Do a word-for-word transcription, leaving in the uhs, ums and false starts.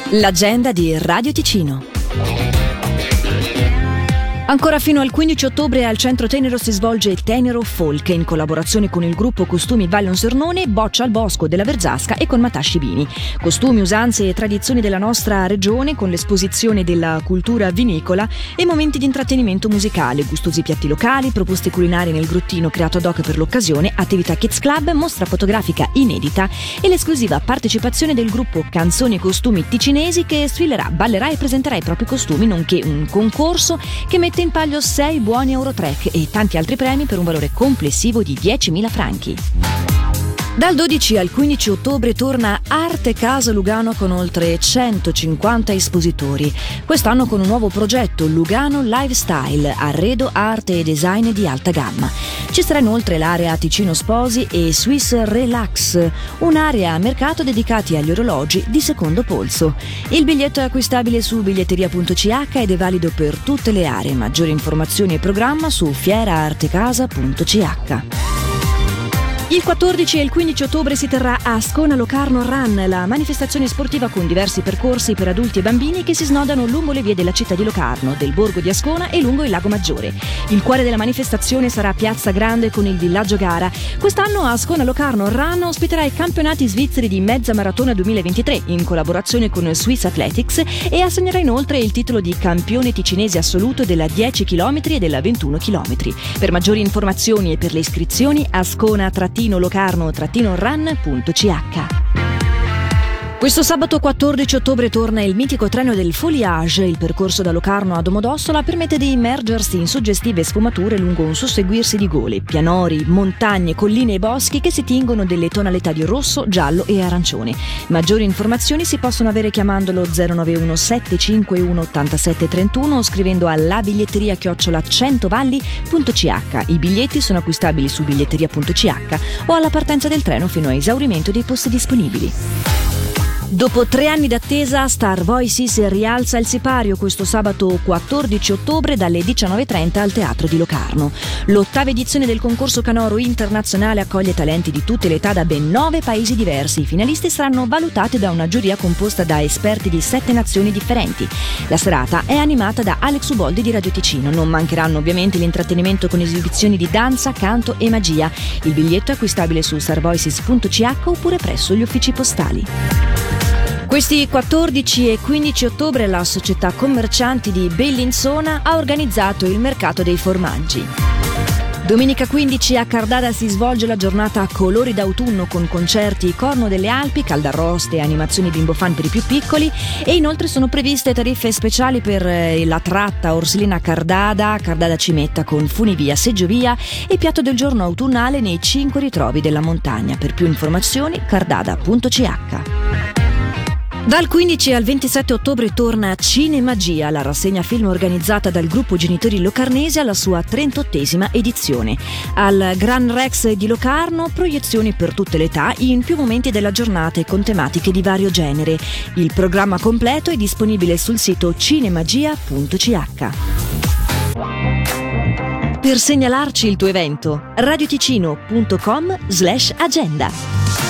L'agenda di Radio Ticino. Ancora fino al quindici ottobre al Centro Tenero si svolge Tenero Folk in collaborazione con il gruppo Costumi Vallon Sernone, Boccia al Bosco della Verzasca e con Matasci Vini. Costumi, usanze e tradizioni della nostra regione con l'esposizione della cultura vinicola e momenti di intrattenimento musicale, gustosi piatti locali, proposte culinarie nel grottino creato ad hoc per l'occasione, attività Kids Club, mostra fotografica inedita e l'esclusiva partecipazione del gruppo Canzoni e Costumi Ticinesi che sfilerà, ballerà e presenterà i propri costumi, nonché un concorso che mette in palio sei buoni Eurotrack e tanti altri premi per un valore complessivo di diecimila franchi. Dal dodici al quindici ottobre torna Arte Casa Lugano con oltre centocinquanta espositori. Quest'anno con un nuovo progetto, Lugano Lifestyle, arredo, arte e design di alta gamma. Ci sarà inoltre l'area Ticino Sposi e Swiss Relax, un'area a mercato dedicati agli orologi di secondo polso. Il biglietto è acquistabile su biglietteria punto c h ed è valido per tutte le aree. Maggiori informazioni e programma su fieraartecasa punto c h. Il quattordici e il quindici ottobre si terrà a Ascona Locarno Run, la manifestazione sportiva con diversi percorsi per adulti e bambini che si snodano lungo le vie della città di Locarno, del borgo di Ascona e lungo il Lago Maggiore. Il cuore della manifestazione sarà Piazza Grande con il villaggio gara. Quest'anno Ascona Locarno Run ospiterà i campionati svizzeri di mezza maratona duemilaventitré in collaborazione con Swiss Athletics e assegnerà inoltre il titolo di campione ticinese assoluto della dieci chilometri e della ventuno chilometri. Per maggiori informazioni e per le iscrizioni Ascona Locarno Run punto c h. Questo sabato quattordici ottobre torna il mitico treno del Foliage. Il percorso da Locarno a Domodossola permette di immergersi in suggestive sfumature lungo un susseguirsi di gole, pianori, montagne, colline e boschi che si tingono delle tonalità di rosso, giallo e arancione. Maggiori informazioni si possono avere chiamandolo zero nove uno sette cinque uno otto sette tre uno o scrivendo alla biglietteria chiocciola centovalli punto c h. I biglietti sono acquistabili su biglietteria punto c h o alla partenza del treno fino a esaurimento dei posti disponibili. Dopo tre anni d'attesa, Star Voices rialza il sipario questo sabato quattordici ottobre dalle diciannove e trenta al Teatro di Locarno. L'ottava edizione del concorso canoro internazionale accoglie talenti di tutte le età da ben nove paesi diversi. I finalisti saranno valutati da una giuria composta da esperti di sette nazioni differenti. La serata è animata da Alex Uboldi di Radio Ticino. Non mancheranno ovviamente l'intrattenimento con esibizioni di danza, canto e magia. Il biglietto è acquistabile su starvoices punto c h oppure presso gli uffici postali. Questi quattordici e quindici ottobre la società commercianti di Bellinzona ha organizzato il mercato dei formaggi. Domenica quindici a Cardada si svolge la giornata a colori d'autunno con concerti Corno delle Alpi, caldarroste e animazioni bimbo fan per i più piccoli e inoltre sono previste tariffe speciali per la tratta Orslina Cardada, Cardada Cimetta con funivia, seggiovia e piatto del giorno autunnale nei cinque ritrovi della montagna. Per più informazioni cardada punto c h. Dal quindici al ventisette ottobre torna Cinemagia, la rassegna film organizzata dal gruppo Genitori Locarnesi alla sua trentottesima edizione. Al Gran Rex di Locarno, proiezioni per tutte le età in più momenti della giornata e con tematiche di vario genere. Il programma completo è disponibile sul sito cinemagia punto c h. Per segnalarci il tuo evento, radioticino punto com slash agenda.